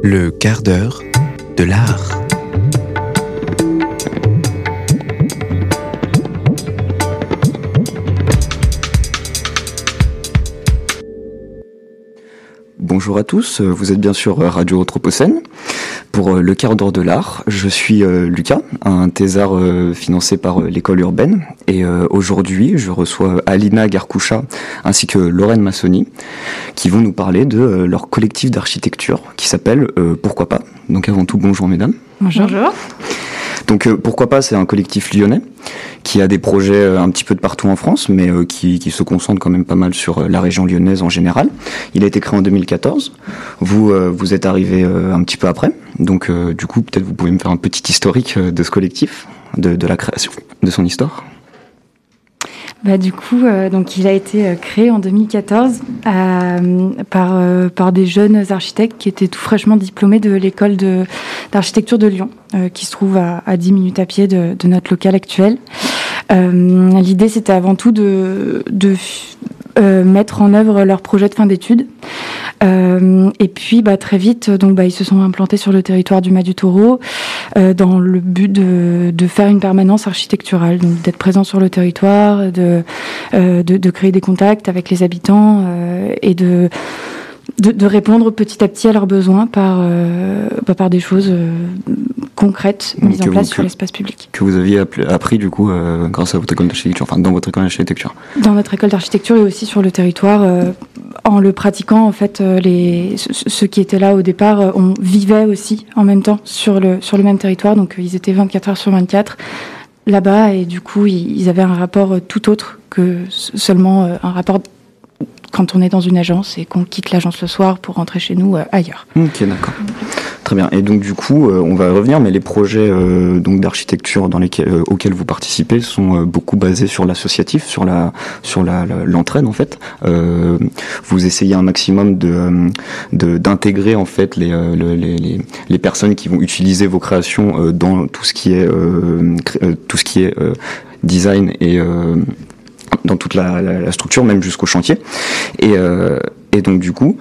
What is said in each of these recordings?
Le quart d'heure de l'art. Bonjour à tous, vous êtes bien sur Radio Anthropocène pour le quart d'heure de l'art. Je suis Lucas, un thésard financé par l'école urbaine, et aujourd'hui je reçois Alina Garkoucha ainsi que Lorraine Massoni qui vont nous parler de leur collectif d'architecture qui s'appelle Pourquoi pas. Donc avant tout, bonjour mesdames. Bonjour. Donc Pourquoi pas, c'est un collectif lyonnais qui a des projets un petit peu de partout en France, mais qui se concentre quand même pas mal sur la région lyonnaise en général. Il a été créé en 2014. Vous êtes arrivé un petit peu après. Donc du coup, peut-être vous pouvez me faire un petit historique de ce collectif, de la création, de son histoire. Donc il a été créé en 2014 par des jeunes architectes qui étaient tout fraîchement diplômés de l'école d'architecture de Lyon, qui se trouve à 10 minutes à pied de notre local actuel. L'idée, c'était avant tout de mettre en œuvre leur projet de fin d'études. Et puis très vite, ils se sont implantés sur le territoire du Mas du Taureau dans le but de faire une permanence architecturale, donc d'être présent sur le territoire, de créer des contacts avec les habitants et de répondre petit à petit à leurs besoins par des choses concrètes mises en place sur l'espace public. Que vous aviez appris du coup grâce à votre école d'architecture, enfin dans votre école d'architecture. Dans notre école d'architecture et aussi sur le territoire, en le pratiquant en fait, ceux qui étaient là au départ, on vivait aussi en même temps sur le même territoire, donc ils étaient 24 heures sur 24 là-bas, et du coup ils avaient un rapport tout autre que seulement un rapport quand on est dans une agence et qu'on quitte l'agence le soir pour rentrer chez nous ailleurs. Ok, d'accord. Très bien. Et donc du coup, on va revenir, mais les projets donc d'architecture auxquels vous participez sont beaucoup basés sur l'associatif, sur l'entraide en fait. Vous essayez un maximum d'intégrer en fait les personnes qui vont utiliser vos créations dans tout ce qui est design et dans toute la structure, même jusqu'au chantier. Et donc du coup,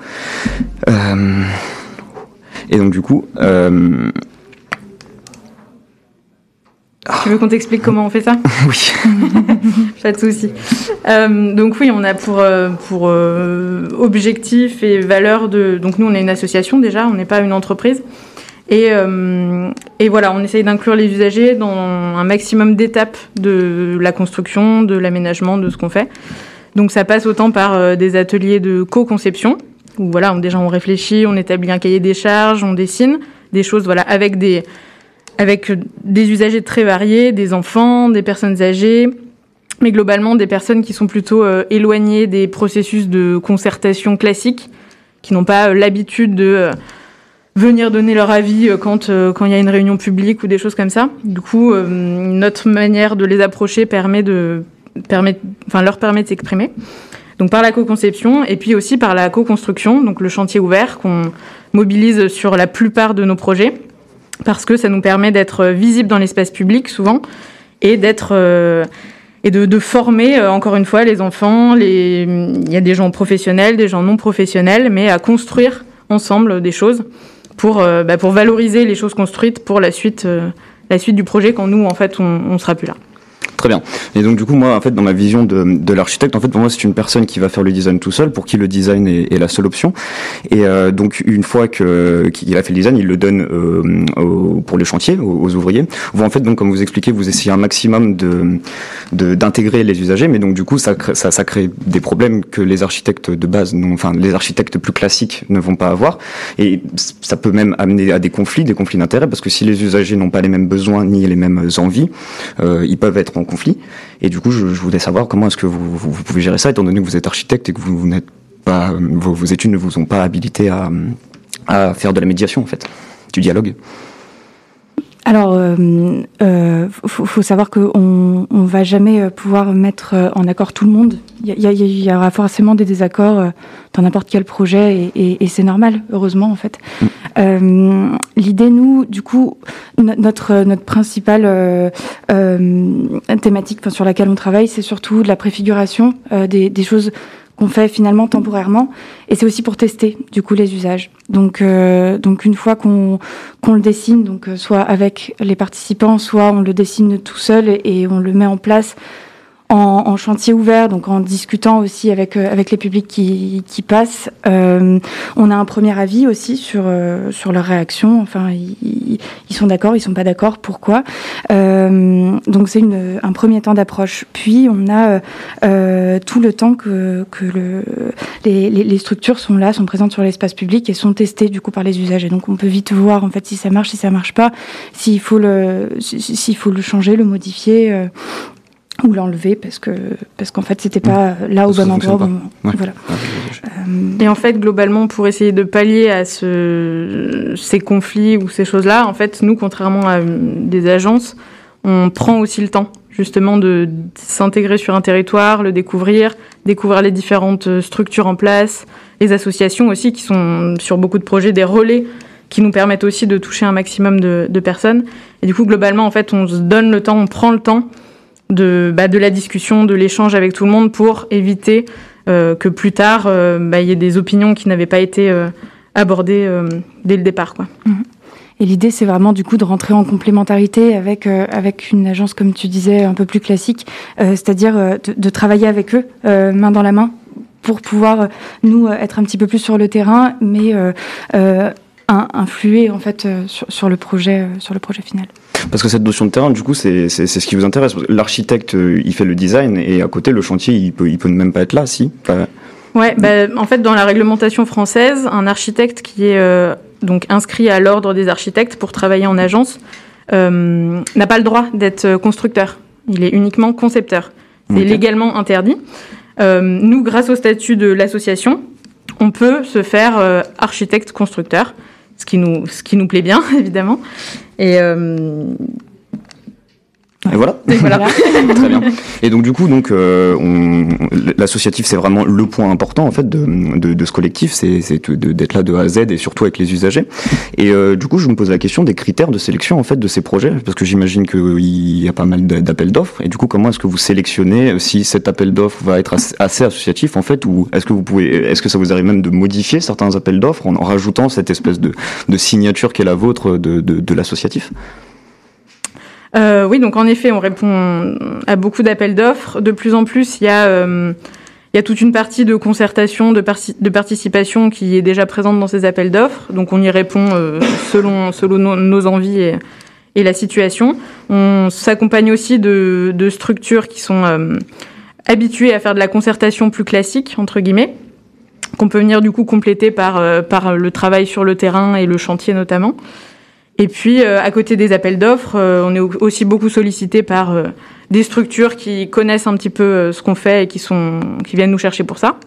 tu veux qu'on t'explique comment on fait ça ? Oui. Pas de souci. Donc oui, on a pour objectif et valeur donc nous on est une association déjà, on n'est pas une entreprise. Et voilà, on essaye d'inclure les usagers dans un maximum d'étapes de la construction, de l'aménagement, de ce qu'on fait. Donc ça passe autant par des ateliers de co-conception, où voilà, on réfléchit, on établit un cahier des charges, on dessine des choses avec des usagers très variés, des enfants, des personnes âgées, mais globalement des personnes qui sont plutôt éloignées des processus de concertation classiques, qui n'ont pas l'habitude de venir donner leur avis quand il y a une réunion publique ou des choses comme ça. Du coup, notre manière de les approcher leur permet de s'exprimer. Donc par la co-conception et puis aussi par la co-construction, donc le chantier ouvert qu'on mobilise sur la plupart de nos projets, parce que ça nous permet d'être visibles dans l'espace public souvent et de former encore une fois les enfants. Il y a des gens professionnels, des gens non professionnels, mais à construire ensemble des choses pour valoriser les choses construites pour la suite du projet quand nous en fait on sera plus là. Très bien. Et donc du coup, moi, en fait, dans ma vision de l'architecte, en fait, pour moi, c'est une personne qui va faire le design tout seul, pour qui le design est la seule option. Et donc, une fois qu'il a fait le design, il le donne pour le chantier, aux ouvriers. Vous, en fait, donc, comme vous expliquez, vous essayez un maximum d'intégrer les usagers, mais donc du coup, ça crée des problèmes que les architectes de base, les architectes plus classiques ne vont pas avoir. Et ça peut même amener à des conflits d'intérêts, parce que si les usagers n'ont pas les mêmes besoins ni les mêmes envies, ils peuvent être en conflit. Et du coup, je voulais savoir comment est-ce que vous pouvez gérer ça, étant donné que vous êtes architecte et que vous n'êtes pas, vos études ne vous ont pas habilité à faire de la médiation, en fait, du dialogue. Alors, faut savoir qu'on va jamais pouvoir mettre en accord tout le monde. Il y aura forcément des désaccords dans n'importe quel projet et c'est normal, heureusement en fait. L'idée, nous, du coup, notre principale thématique sur laquelle on travaille, c'est surtout de la préfiguration des choses qu'on fait finalement temporairement, et c'est aussi pour tester du coup les usages. Donc une fois qu'on le dessine, donc soit avec les participants, soit on le dessine tout seul et on le met en place en chantier ouvert, donc en discutant aussi avec les publics qui passent. On a un premier avis aussi sur leur réaction. Enfin, ils sont d'accord, ils sont pas d'accord, pourquoi. Donc c'est un premier temps d'approche. Puis on a tout le temps que les structures sont là, sont présentes sur l'espace public et sont testées du coup par les usagers. Donc on peut vite voir en fait si ça marche pas, s'il faut le changer, le modifier. Ou l'enlever parce qu'en fait c'était pas là au bon endroit au bon moment. Ouais. Voilà. Et en fait globalement pour essayer de pallier à ces conflits ou ces choses-là, en fait nous contrairement à des agences, on prend aussi le temps justement de s'intégrer sur un territoire, le découvrir les différentes structures en place, les associations aussi qui sont sur beaucoup de projets des relais qui nous permettent aussi de toucher un maximum de personnes. Et du coup globalement en fait on se donne le temps, on prend le temps de la discussion, de l'échange avec tout le monde pour éviter que plus tard, y ait des opinions qui n'avaient pas été abordées dès le départ, quoi. Et l'idée, c'est vraiment du coup de rentrer en complémentarité avec une agence, comme tu disais, un peu plus classique, c'est-à-dire de travailler avec eux, main dans la main, pour pouvoir, nous, être un petit peu plus sur le terrain, mais influer en fait sur le projet final. Parce que cette notion de terrain, du coup, c'est ce qui vous intéresse. L'architecte, il fait le design et à côté, le chantier, il peut même pas être là, si. Ouais, en fait, dans la réglementation française, un architecte qui est donc inscrit à l'ordre des architectes pour travailler en agence n'a pas le droit d'être constructeur. Il est uniquement concepteur. C'est légalement interdit. Nous, grâce au statut de l'association, on peut se faire architecte-constructeur, ce qui nous plaît bien, évidemment. Et voilà. Très bien. Et donc du coup, l'associatif, c'est vraiment le point important en fait de ce collectif, c'est d'être là de A à Z et surtout avec les usagers. Et du coup, je me pose la question des critères de sélection en fait de ces projets, parce que j'imagine qu'il y a pas mal d'appels d'offres. Et du coup, comment est-ce que vous sélectionnez si cet appel d'offres va être assez associatif en fait, ou est-ce que ça vous arrive même de modifier certains appels d'offres en rajoutant cette espèce de signature qui est la vôtre de l'associatif? Oui, donc en effet, on répond à beaucoup d'appels d'offres. De plus en plus, il y a toute une partie de concertation, de participation qui est déjà présente dans ces appels d'offres. Donc on y répond selon nos envies et la situation. On s'accompagne aussi de structures qui sont habituées à faire de la concertation plus classique, entre guillemets, qu'on peut venir du coup compléter par le travail sur le terrain et le chantier notamment. Et puis, à côté des appels d'offres, on est aussi beaucoup sollicité par des structures qui connaissent un petit peu ce qu'on fait et qui viennent nous chercher pour ça.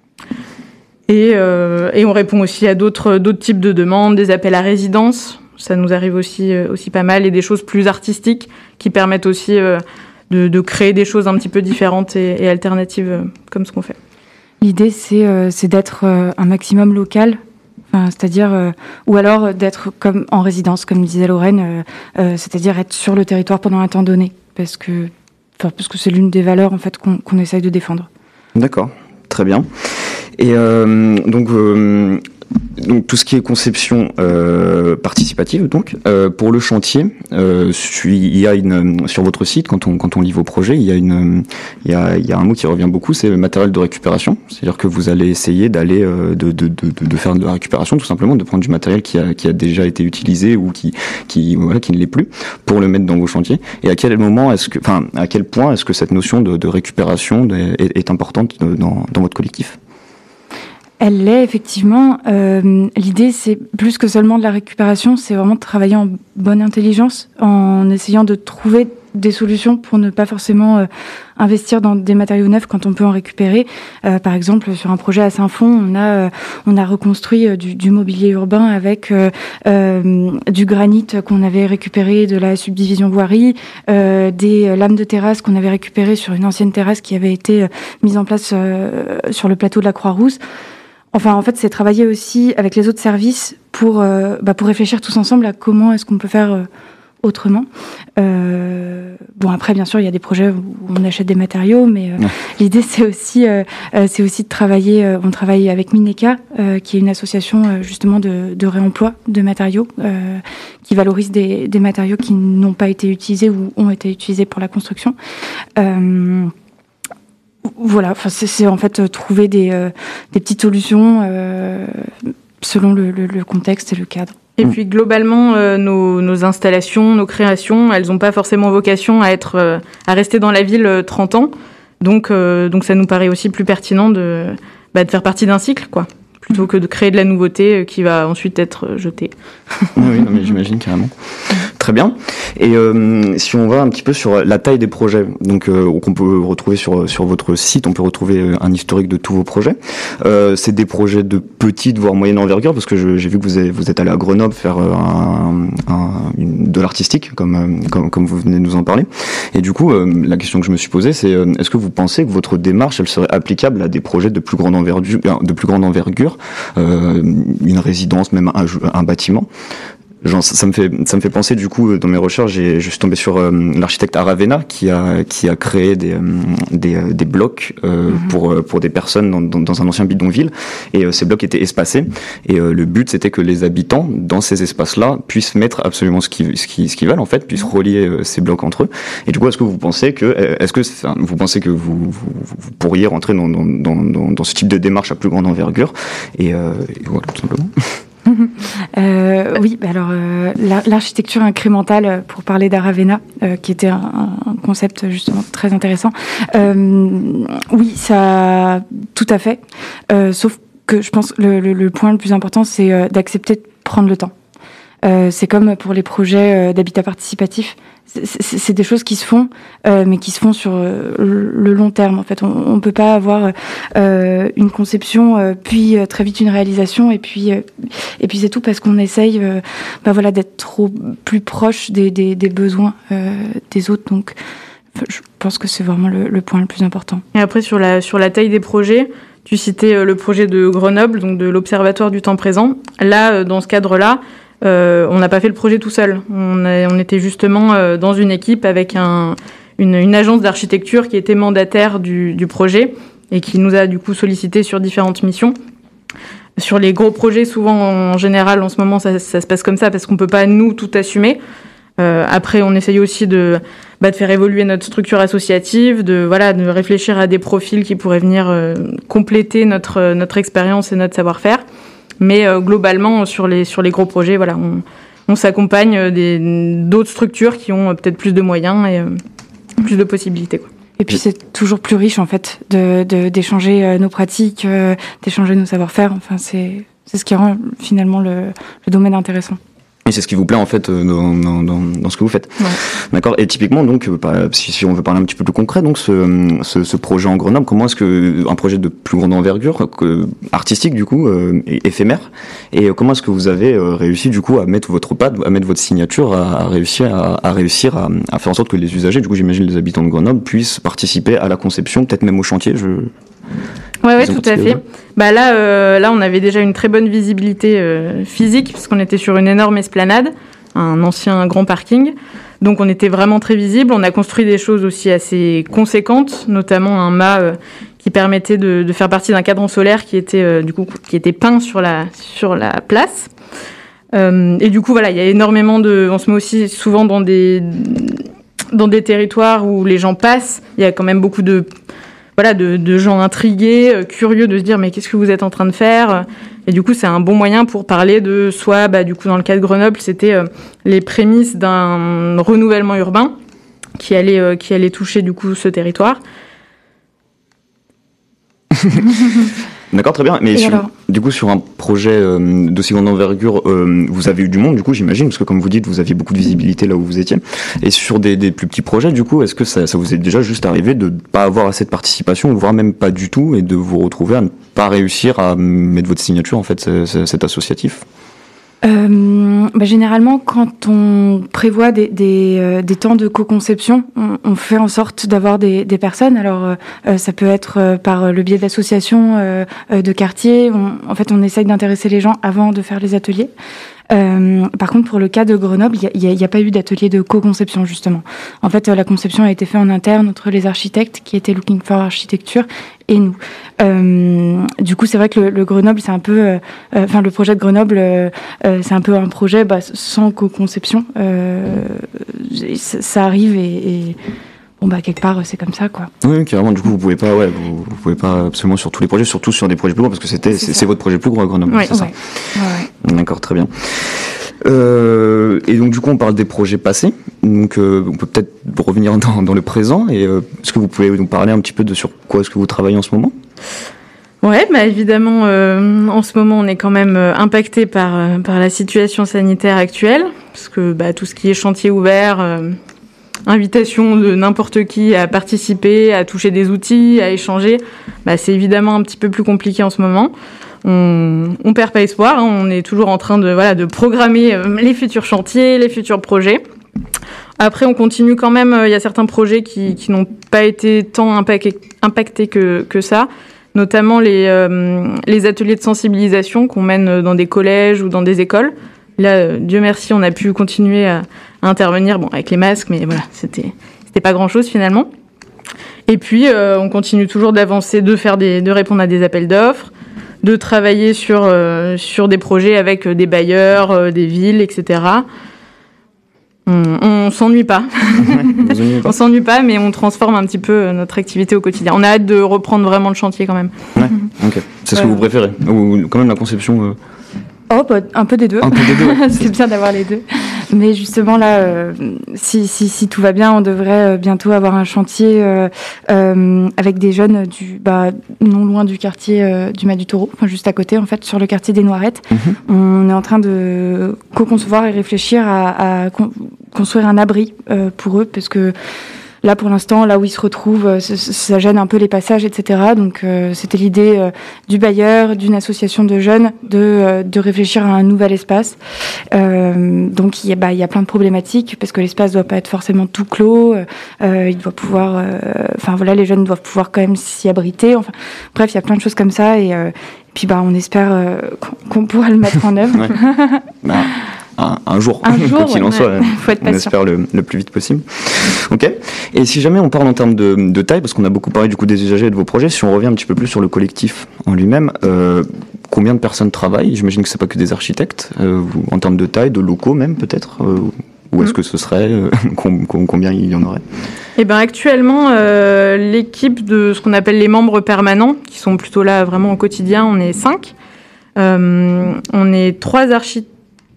Et on répond aussi à d'autres types de demandes, des appels à résidence. Ça nous arrive aussi pas mal, et des choses plus artistiques qui permettent aussi de créer des choses un petit peu différentes et alternatives comme ce qu'on fait. L'idée, c'est d'être un maximum local. C'est-à-dire, ou alors d'être comme en résidence, comme disait Lorraine, c'est-à-dire être sur le territoire pendant un temps donné, parce que c'est l'une des valeurs en fait qu'on essaye de défendre. D'accord, très bien. Et donc tout ce qui est conception participative, donc pour le chantier, il y a sur votre site quand on lit vos projets, il y a un mot qui revient beaucoup, c'est le matériel de récupération. C'est-à-dire que vous allez essayer d'aller de faire de la récupération, tout simplement, de prendre du matériel qui a déjà été utilisé ou qui ne l'est plus, pour le mettre dans vos chantiers. Et à quel point est-ce que cette notion de récupération est importante dans votre collectif? Elle l'est, effectivement. L'idée, c'est plus que seulement de la récupération, c'est vraiment de travailler en bonne intelligence, en essayant de trouver des solutions pour ne pas forcément investir dans des matériaux neufs quand on peut en récupérer. Par exemple, sur un projet à Saint-Fond, on a reconstruit du mobilier urbain avec du granit qu'on avait récupéré de la subdivision voirie, des lames de terrasse qu'on avait récupérées sur une ancienne terrasse qui avait été mise en place sur le plateau de la Croix-Rousse. Enfin, en fait, c'est travailler aussi avec les autres services pour réfléchir tous ensemble à comment est-ce qu'on peut faire autrement. Bon, après, bien sûr, il y a des projets où on achète des matériaux, mais l'idée, c'est aussi de travailler. On travaille avec Mineka, qui est une association justement de réemploi de matériaux, qui valorise des matériaux qui n'ont pas été utilisés ou ont été utilisés pour la construction. Voilà, enfin, c'est en fait trouver des petites solutions selon le contexte et le cadre. Et puis globalement, nos installations, nos créations, elles n'ont pas forcément vocation à rester dans la ville 30 ans. Donc ça nous paraît aussi plus pertinent de faire partie d'un cycle, quoi, plutôt que de créer de la nouveauté qui va ensuite être jetée. Oui, non, mais j'imagine carrément. Très bien. Et si on va un petit peu sur la taille des projets, donc qu'on peut retrouver sur votre site, on peut retrouver un historique de tous vos projets. C'est des projets de petite voire moyenne envergure, parce que j'ai vu que vous êtes allé à Grenoble faire de l'artistique, comme vous venez de nous en parler. Et du coup, la question que je me suis posée, c'est est-ce que vous pensez que votre démarche, elle serait applicable à des projets de plus grande envergure, une résidence, même un bâtiment? Genre, ça me fait penser, du coup, dans mes recherches, je suis tombé sur l'architecte Aravena qui a créé des blocs pour des personnes dans un ancien bidonville, et ces blocs étaient espacés, et le but c'était que les habitants dans ces espaces-là puissent mettre absolument ce qu'ils veulent, en fait, puissent relier ces blocs entre eux. Et du coup, est-ce que vous pensez que vous pourriez rentrer dans ce type de démarche à plus grande envergure, et voilà, tout simplement. Oui, alors l'architecture incrémentale, pour parler d'Aravena, qui était un concept justement très intéressant. Oui, ça, tout à fait. Sauf que je pense que le point le plus important, c'est d'accepter de prendre le temps. C'est comme pour les projets d'habitat participatif. C'est des choses qui se font, mais qui se font sur le long terme. En fait, on peut pas avoir une conception, puis très vite une réalisation, et puis c'est tout, parce qu'on essaye, d'être trop plus proche des besoins des autres. Donc, je pense que c'est vraiment le point le plus important. Et après, sur la taille des projets, tu citais le projet de Grenoble, donc de l'Observatoire du temps présent. Là, dans ce cadre-là, on n'a pas fait le projet tout seul. On était justement dans une équipe avec une agence d'architecture qui était mandataire du projet et qui nous a du coup sollicité sur différentes missions. Sur les gros projets, souvent en général en ce moment ça se passe comme ça, parce qu'on peut pas nous tout assumer. Après, on essaye aussi de faire évoluer notre structure associative, de réfléchir à des profils qui pourraient venir compléter notre expérience et notre savoir-faire. Mais globalement, sur les gros projets, voilà, on s'accompagne d'autres structures qui ont peut-être plus de moyens et plus de possibilités, quoi. Et puis c'est toujours plus riche, en fait, d'échanger nos pratiques, d'échanger nos savoir-faire. Enfin, c'est ce qui rend finalement le domaine intéressant. Et c'est ce qui vous plaît, en fait, dans ce que vous faites. Ouais. D'accord. Et typiquement, donc, si on veut parler un petit peu plus concret, donc ce projet en Grenoble, comment est-ce que un projet de plus grande envergure, artistique du coup, éphémère, et comment est-ce que vous avez réussi du coup à mettre votre patte, à mettre votre signature, à réussir à faire en sorte que les usagers, du coup, j'imagine les habitants de Grenoble, puissent participer à la conception, peut-être même au chantier. Ouais, tout à fait. Là, on avait déjà une très bonne visibilité physique, puisqu'on était sur une énorme esplanade, un ancien grand parking. Donc, on était vraiment très visible. On a construit des choses aussi assez conséquentes, notamment un mât qui permettait de faire partie d'un cadran solaire qui était peint sur la place. Et du coup, voilà, il y a énormément on se met aussi souvent dans des territoires où les gens passent. Il y a quand même beaucoup de gens intrigués, curieux de se dire mais qu'est-ce que vous êtes en train de faire ? Et du coup, c'est un bon moyen pour parler de soit, du coup, dans le cas de Grenoble, c'était les prémices d'un renouvellement urbain qui allait toucher du coup ce territoire. D'accord, très bien. Mais du coup, sur un projet d'aussi grande envergure, vous avez eu du monde, du coup, j'imagine, parce que comme vous dites, vous aviez beaucoup de visibilité là où vous étiez. Et sur des plus petits projets, du coup, est-ce que ça vous est déjà juste arrivé de ne pas avoir assez de participation, voire même pas du tout, et de vous retrouver à ne pas réussir à mettre votre signature, en fait, cet associatif ? Généralement, quand on prévoit des temps de co-conception, on fait en sorte d'avoir des personnes. Alors, ça peut être par le biais d'associations de quartier. On essaye d'intéresser les gens avant de faire les ateliers. Par contre, pour le cas de Grenoble, il y a pas eu d'atelier de co-conception, justement. En fait, la conception a été faite en interne entre les architectes qui étaient Looking for Architecture et nous. Du coup, c'est vrai que le Grenoble, c'est un peu... le projet de Grenoble, c'est un peu un projet sans co-conception. Ça arrive et quelque part, c'est comme ça, quoi. Oui, carrément. Du coup, vous pouvez pas absolument sur tous les projets, surtout sur des projets plus gros, parce que c'est votre projet plus gros à Grenoble, c'est ça. Ouais. D'accord, très bien. Et donc, du coup, on parle des projets passés. Donc, on peut peut-être revenir dans le présent. Et est-ce que vous pouvez nous parler un petit peu sur quoi est-ce que vous travaillez en ce moment? Ouais, évidemment, en ce moment, on est quand même impacté par la situation sanitaire actuelle, parce que tout ce qui est chantier ouvert, invitation de n'importe qui à participer, à toucher des outils, à échanger, c'est évidemment un petit peu plus compliqué en ce moment. On perd pas espoir, hein, on est toujours en train de programmer les futurs chantiers, les futurs projets. Après, on continue quand même, il y a certains projets qui n'ont pas été tant impactés que ça, notamment les ateliers de sensibilisation qu'on mène dans des collèges ou dans des écoles. Là, Dieu merci, on a pu continuer à intervenir, avec les masques, mais voilà, c'était pas grand-chose finalement. Et puis, on continue toujours d'avancer, de répondre à des appels d'offres, de travailler sur des projets avec des bailleurs, des villes, etc. On s'ennuie pas. On s'ennuie pas, mais on transforme un petit peu notre activité au quotidien. On a hâte de reprendre vraiment le chantier quand même. Ouais, ok. C'est ce que vous préférez? Ou quand même la conception un peu des deux. C'est bien d'avoir les deux. Mais justement, là, si tout va bien, on devrait bientôt avoir un chantier avec des jeunes non loin du quartier du Mas du Taureau, juste à côté, en fait, sur le quartier des Noirettes. On est en train de co-concevoir et réfléchir à construire un abri pour eux, parce que là, pour l'instant, là où ils se retrouvent, ça gêne un peu les passages, etc. Donc, c'était l'idée du bailleur, d'une association de jeunes, de réfléchir à un nouvel espace. Donc, il y a plein de problématiques, parce que l'espace doit pas être forcément tout clos. Il doit pouvoir... les jeunes doivent pouvoir quand même s'y abriter. Enfin, bref, il y a plein de choses comme ça. Et puis, on espère qu'on pourra le mettre en œuvre. Ouais. Un jour, quoi qu'il en soit, faut être on espère le plus vite possible. Ok. Et si jamais on parle en termes de taille, parce qu'on a beaucoup parlé du coup des usagers et de vos projets, si on revient un petit peu plus sur le collectif en lui-même, combien de personnes travaillent? J'imagine que c'est pas que des architectes, en termes de taille, de locaux même peut-être, ou est-ce que ce serait combien il y en aurait? Actuellement, l'équipe de ce qu'on appelle les membres permanents, qui sont plutôt là vraiment au quotidien, on est 5. On est 3 architectes.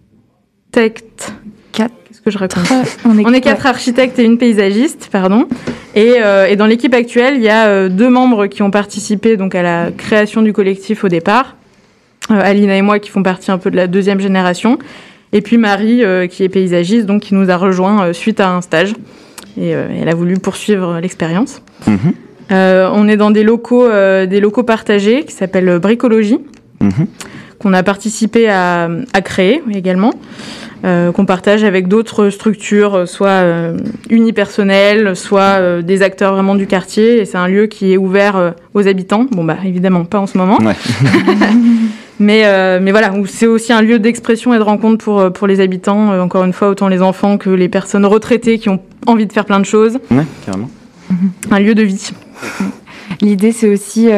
4. Qu'est-ce que je raconte? On est 4 architectes et une paysagiste, pardon. Et dans l'équipe actuelle, il y a 2 membres qui ont participé donc à la création du collectif au départ. Alina et moi qui font partie un peu de la 2e génération. Et puis Marie qui est paysagiste, donc qui nous a rejoints suite à un stage. Et elle a voulu poursuivre l'expérience. On est dans des locaux partagés qui s'appellent Bricologie. Qu'on a participé à créer également, qu'on partage avec d'autres structures, soit unipersonnelles, soit des acteurs vraiment du quartier. Et c'est un lieu qui est ouvert aux habitants. Évidemment, pas en ce moment. Ouais. mais voilà, où c'est aussi un lieu d'expression et de rencontre pour les habitants. Encore une fois, autant les enfants que les personnes retraitées qui ont envie de faire plein de choses. Ouais, carrément. Un lieu de vie. L'idée, c'est aussi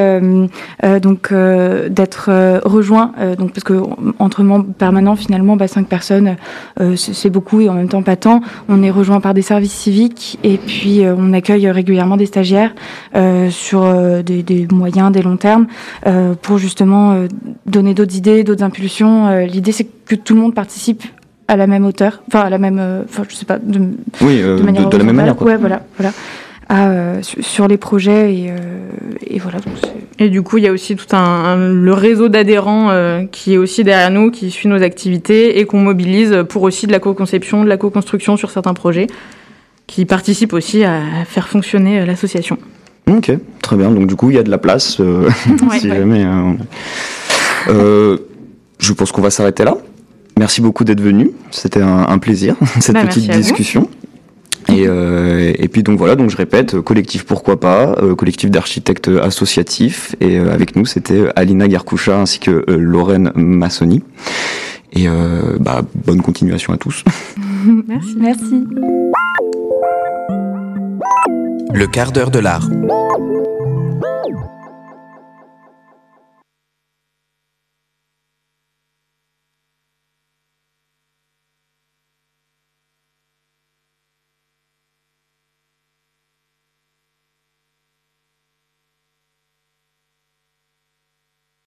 d'être rejoint, parce que entre membres permanents, finalement, 5 personnes, c'est beaucoup et en même temps pas tant. On est rejoint par des services civiques et puis on accueille régulièrement des stagiaires sur des moyens, des longs termes, pour justement donner d'autres idées, d'autres impulsions. L'idée, c'est que tout le monde participe à la même hauteur, à la même, je sais pas, de manière de la même manière, quoi. Ouais, voilà. Sur les projets et voilà. Donc et du coup, il y a aussi tout le réseau d'adhérents qui est aussi derrière nous, qui suit nos activités et qu'on mobilise pour aussi de la co-conception, de la co-construction sur certains projets, qui participent aussi à faire fonctionner l'association. Ok, très bien. Donc du coup, il y a de la place jamais. Je pense qu'on va s'arrêter là. Merci beaucoup d'être venu. C'était un plaisir cette petite discussion. Et puis donc voilà, donc je répète, collectif pourquoi pas, collectif d'architectes associatifs, et avec nous c'était Alina Guercoucha ainsi que Lorraine Massoni. Et bonne continuation à tous. Merci. Merci. Le quart d'heure de l'art.